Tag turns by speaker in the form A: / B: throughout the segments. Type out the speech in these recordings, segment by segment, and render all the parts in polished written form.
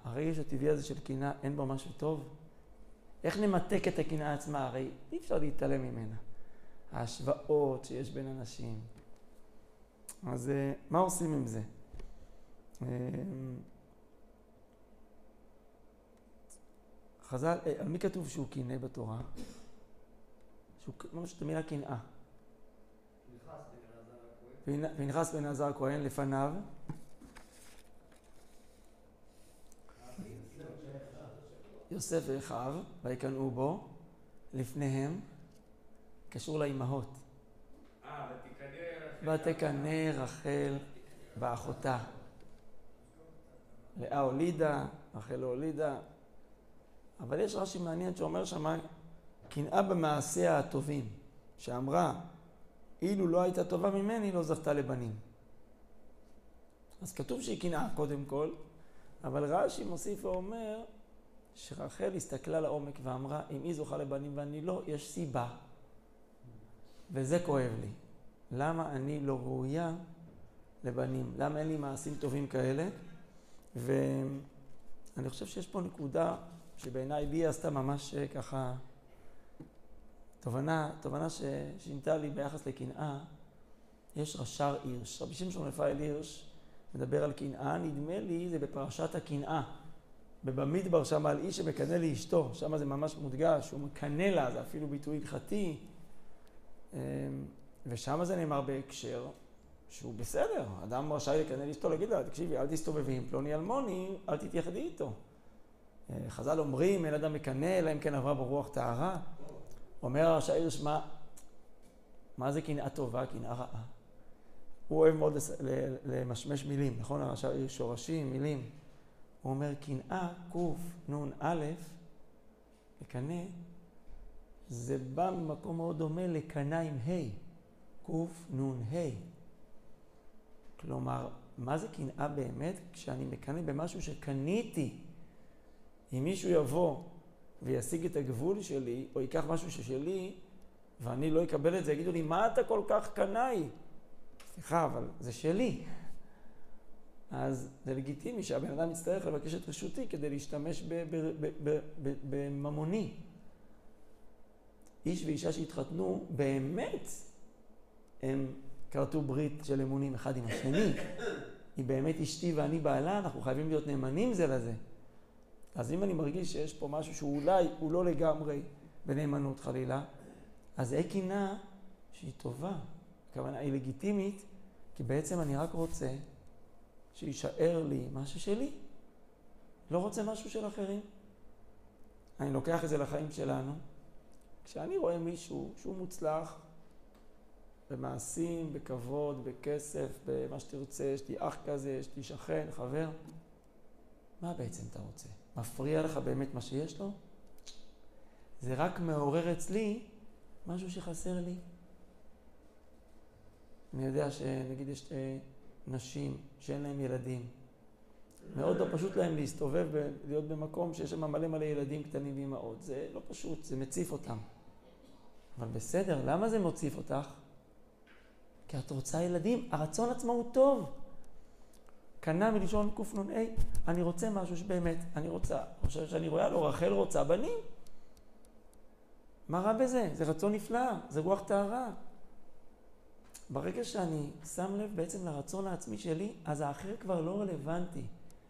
A: הרגש הטבעי הזה של קנאה, אין בו משהו טוב? איך נמתק את הקנאה עצמה? הרי אי אפשר להתעלם ממנה. ההשוואות שיש בין אנשים. אז מה עושים עם זה? חז"ל, על מי כתוב שהוא קינא בתורה? ממש את המילה קנאה. פנחס בן אלעזר הכהן לפניו. יוסף ואחיו, ויקנאו בו, לפניהם, קשור לאימהות. ותקנא רחל באחותה. לאה הולידה, רחל לא הולידה. אבל יש רש"י מעניין שאומר שמה, קנאה במעשיה הטובים, שאמרה, אילו לא הייתה טובה ממני, לא זכתה לבנים. אז כתוב שהיא קנאה קודם כל, אבל רש"י מוסיף ואומר, שרחל הסתכלה לעומק ואמרה, אם היא זוכה לבנים ואני לא, יש סיבה. וזה כואב לי. למה אני לא ראויה לבנים? למה אין לי מעשים טובים כאלה? ואני חושב שיש פה נקודה שבעיניי בי עשתה ממש ככה, תובנה ששינתה לי ביחס לקנאה. יש רשר הירש. רבי שמשון רפאל הירש מדבר על קנאה, נדמה לי זה בפרשת הקנאה. במדבר שם על איש שמקנא לאשתו, שם זה ממש מודגש, הוא מקנא לה, זה אפילו ביטוי הלכתי. ושם זה נאמר בהקשר שהוא בסדר, אדם רשאי לקנא לאשתו, להגיד לה, תקשיבי, אל תסתובבי עם פלוני אלמוני, אל תתייחדי איתו. חז"ל אומרים, אין אדם מקנא, אלא אם כן עברה ברוח טהרה. אומר הרשע הירש, מה זה קנאה טובה, קנאה רעה? הוא אוהב מאוד למשמש מילים, נכון? הרשע הירש שורשים, מילים. הוא אומר, קנאה, קוף, נון, א', לקנא, זה בא ממקום מאוד דומה לקנא עם ה', קוף, נון, ה'. כלומר, מה זה קנאה באמת? כשאני מקנא במשהו שקניתי. אם מישהו יבוא וישיג את הגבול שלי, או ייקח משהו ששלי, ואני לא אקבל את זה, יגידו לי, מה אתה כל כך קנאי? סליחה, אבל זה שלי. אז זה לגיטימי שהבן אדם יצטרך לבקש את רשותי כדי להשתמש בממוני. איש ואישה שהתחתנו, באמת הם קרתו ברית של אמונים אחד עם השני. היא באמת אשתי ואני בעלה, אנחנו חייבים להיות נאמנים זה לזה. אז אם אני מרגיש שיש פה משהו שאולי הוא לא לגמרי בנאמנות חלילה, אז זה קנאה שהיא טובה. הכוונה היא לגיטימית, כי בעצם אני רק רוצה שישאר לי משהו שלי. לא רוצה משהו של אחרים. אני לוקח את זה לחיים שלנו. כשאני רואה מישהו שהוא מוצלח, במעשים, בכבוד, בכסף, במה שתרצה, יש לי אח כזה, יש לי שכן, חבר, מה בעצם אתה רוצה? מפריע לך באמת מה שיש לו? זה רק מעורר אצלי משהו שחסר לי. אני יודע שנגיד יש נשים שאין להם ילדים. מאוד לא פשוט להם להסתובב ולהיות במקום שיש שם מלא ילדים קטנים ואימהות. זה לא פשוט, זה מציף אותם. אבל בסדר, למה זה מוציף אותך? כי את רוצה ילדים, הרצון עצמו הוא טוב. קנה מלשון קנ"א, אני רוצה משהו שבאמת, אני חושב שאני רואה לו, רחל רוצה בנים. מה רע בזה? זה רצון נפלא, זה רוח טהרה. ברגע שאני שם לב בעצם לרצון העצמי שלי, אז האחר כבר לא רלוונטי.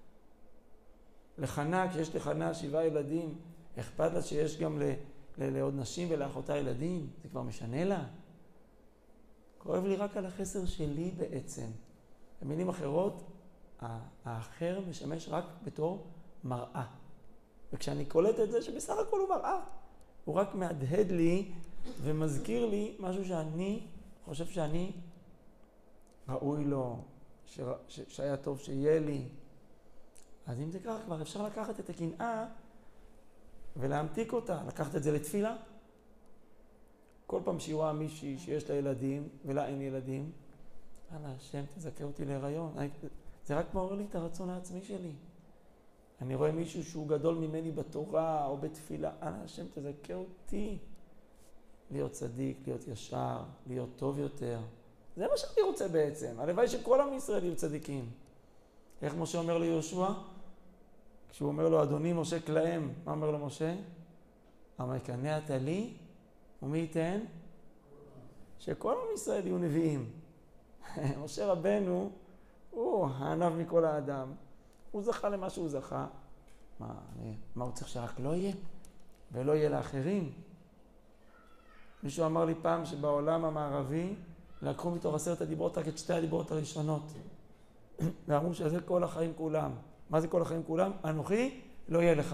A: לחנה, כשיש לחנה 7 ילדים, אכפת לה שיש גם לעוד נשים ולאחותה ילדים, זה כבר משנה לה. כואב לי רק על החסר שלי בעצם. במילים אחרות, האחר משמש רק בתור מראה. וכשאני קולט את זה שבסך הכל הוא מראה, הוא רק מהדהד לי ומזכיר לי משהו שאני חושב שאני ראוי לו, שהיה טוב שיהיה לי. אז אם זה ככה, כבר אפשר לקחת את הקנאה ולהמתיק אותה, לקחת את זה לתפילה. כל פעם שהיא רואה מישהי שיש לה ילדים ולה אין ילדים, אנא השם תזכה אותי להיריון. זה רק מעורר לי את הרצון העצמי שלי. אני רואה מישהו שהוא גדול ממני בתורה או בתפילה, אנא השם תזכה אותי להיות צדיק, להיות ישר, להיות טוב יותר. זה מה שאני רוצה בעצם. הלוואי שכל עם ישראל יהיו צדיקים. איך משה אומר ליהושע? כשהוא אומר לו, אדוני משה כלהם, מה אומר לו משה? המקנא אתה לי, ומי ייתן? שכל עם ישראל יהיו נביאים. משה רבנו, הוא הענב מכל האדם. הוא זכה למה שהוא זכה. מה הוא צריך שרק לא יהיה? ולא יהיה לאחרים? מישהו אמר לי פעם שבעולם המערבי לקחו מתוך 10 הדיברות רק את 2 הדיברות הראשונות. ואמרו שזה כל החיים כולם. מה זה כל החיים כולם? אנוכי לא יהיה לך.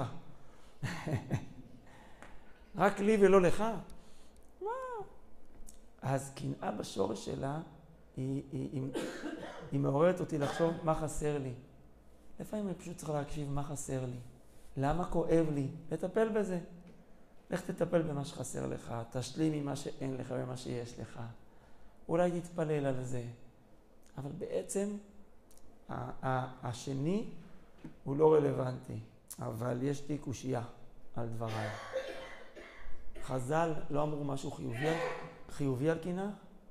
A: רק לי ולא לך. מה? אז קנאה בשורש שלה היא מעוררת אותי לחשוב מה חסר לי. לפעמים אני פשוט צריך להקשיב מה חסר לי. למה כואב לי? לטפל בזה. לך תטפל במה שחסר לך, תשלים ממה שאין לך ומה שיש לך. אולי תתפלל על זה. אבל בעצם השני הוא לא רלוונטי. אבל יש לי קושייה על דבריי. חז"ל לא אמרו משהו חיובי על קנאה?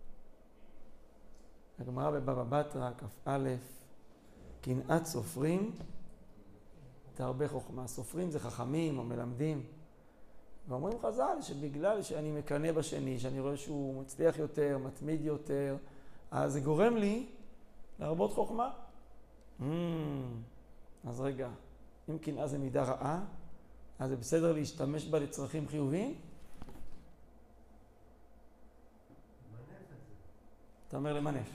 A: הגמרא בבבא בתרא, כ"א, קנאת סופרים תרבה חוכמה. סופרים זה חכמים או מלמדים. ואומרים חז"ל שבגלל שאני מקנא בשני, שאני רואה שהוא מצליח יותר, מתמיד יותר, אז זה גורם לי להרבות חוכמה. אז רגע, אם קנאה זה מידה רעה, אז זה בסדר להשתמש בה לצרכים חיוביים? אתה אומר למנף.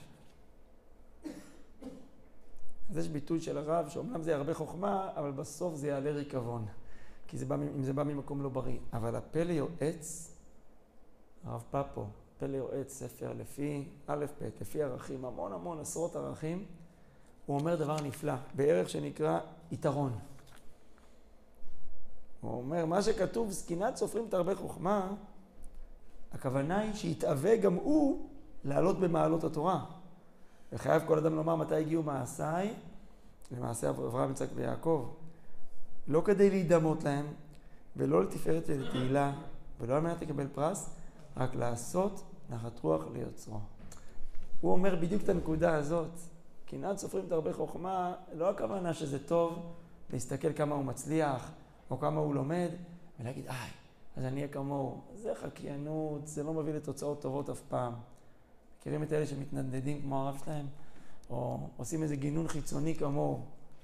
A: אז יש ביטוי של הרב, שאומנם זה הרבה חוכמה, אבל בסוף זה יעלה ריקבון. כי אם זה בא ממקום לא בריא. אבל הפלא יועץ, הרב פאפו, פלא יועץ, ספר לפי א' ב', לפי ערכים, המון עשרות ערכים, הוא אומר דבר נפלא, בערך שנקרא יתרון. הוא אומר, מה שכתוב, קנאת סופרים תרבה חוכמה, הכוונה היא שיתאווה גם הוא לעלות במעלות התורה. וחייב כל אדם לומר מתי הגיעו מעשיי, למעשה אברהם, יצחק ויעקב. לא כדי להידמות להם, ולא לתפארת ולתהילה, ולא על מנת לקבל פרס, רק לעשות נחת רוח ליוצרו. הוא אומר בדיוק את הנקודה הזאת. קנאת סופרים תרבה חוכמה, לא הכוונה שזה טוב להסתכל כמה הוא מצליח, או כמה הוא לומד, ולהגיד, אז אני אהיה כמוהו. זה חקיינות, זה לא מביא לתוצאות טובות אף פעם. מכירים את אלה שמתנדנדים כמו הרב שלהם, או עושים איזה גינון חיצוני כמוהו.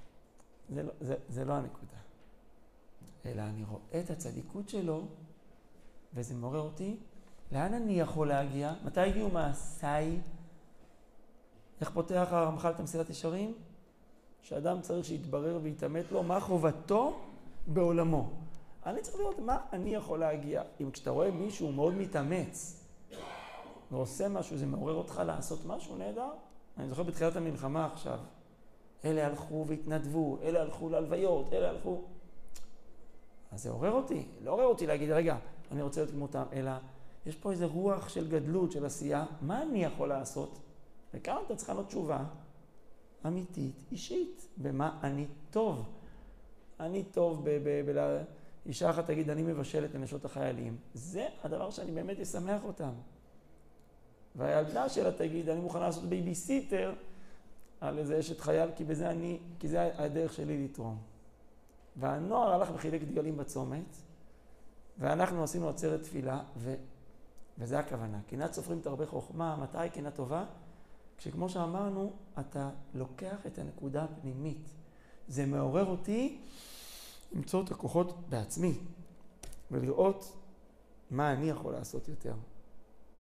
A: זה לא הנקודה. אלא אני רואה את הצדיקות שלו, וזה מעורר אותי. לאן אני יכול להגיע? מתי הגיעו מעשיי? איך פותח הרמח"ל את מסילת ישרים? שאדם צריך שיתברר ויתאמת לו מה חובתו בעולמו. אני צריך לראות מה אני יכול להגיע. אם כשאתה רואה מישהו מאוד מתאמץ ועושה משהו, זה מעורר אותך לעשות משהו נהדר. אני זוכר בתחילת המלחמה עכשיו, אלה הלכו והתנדבו, אלה הלכו להלוויות, אלה הלכו. אז זה עורר אותי. לא עורר אותי להגיד, רגע, אני רוצה להיות כמותם, אלא יש פה איזה רוח של גדלות, של עשייה. מה אני יכול לעשות? וכאן אתה צריך לענות תשובה אמיתית, אישית, במה אני טוב. אני טוב אישה אחת תגיד, אני מבשלת לנשות החיילים. זה הדבר שאני באמת אשמח אותם. והילדה שלה תגיד, אני מוכנה לעשות בייביסיטר על איזה אשת חייל, כי זה הדרך שלי לתרום. והנוער הלך וחילק דגלים בצומת, ואנחנו עשינו עצרת תפילה, וזה הכוונה. קנאת סופרים תרבה חוכמה. מתי קנאה טובה? כשכמו שאמרנו, אתה לוקח את הנקודה הפנימית. זה מעורר אותי למצוא את הכוחות בעצמי, ולראות מה אני יכול לעשות יותר.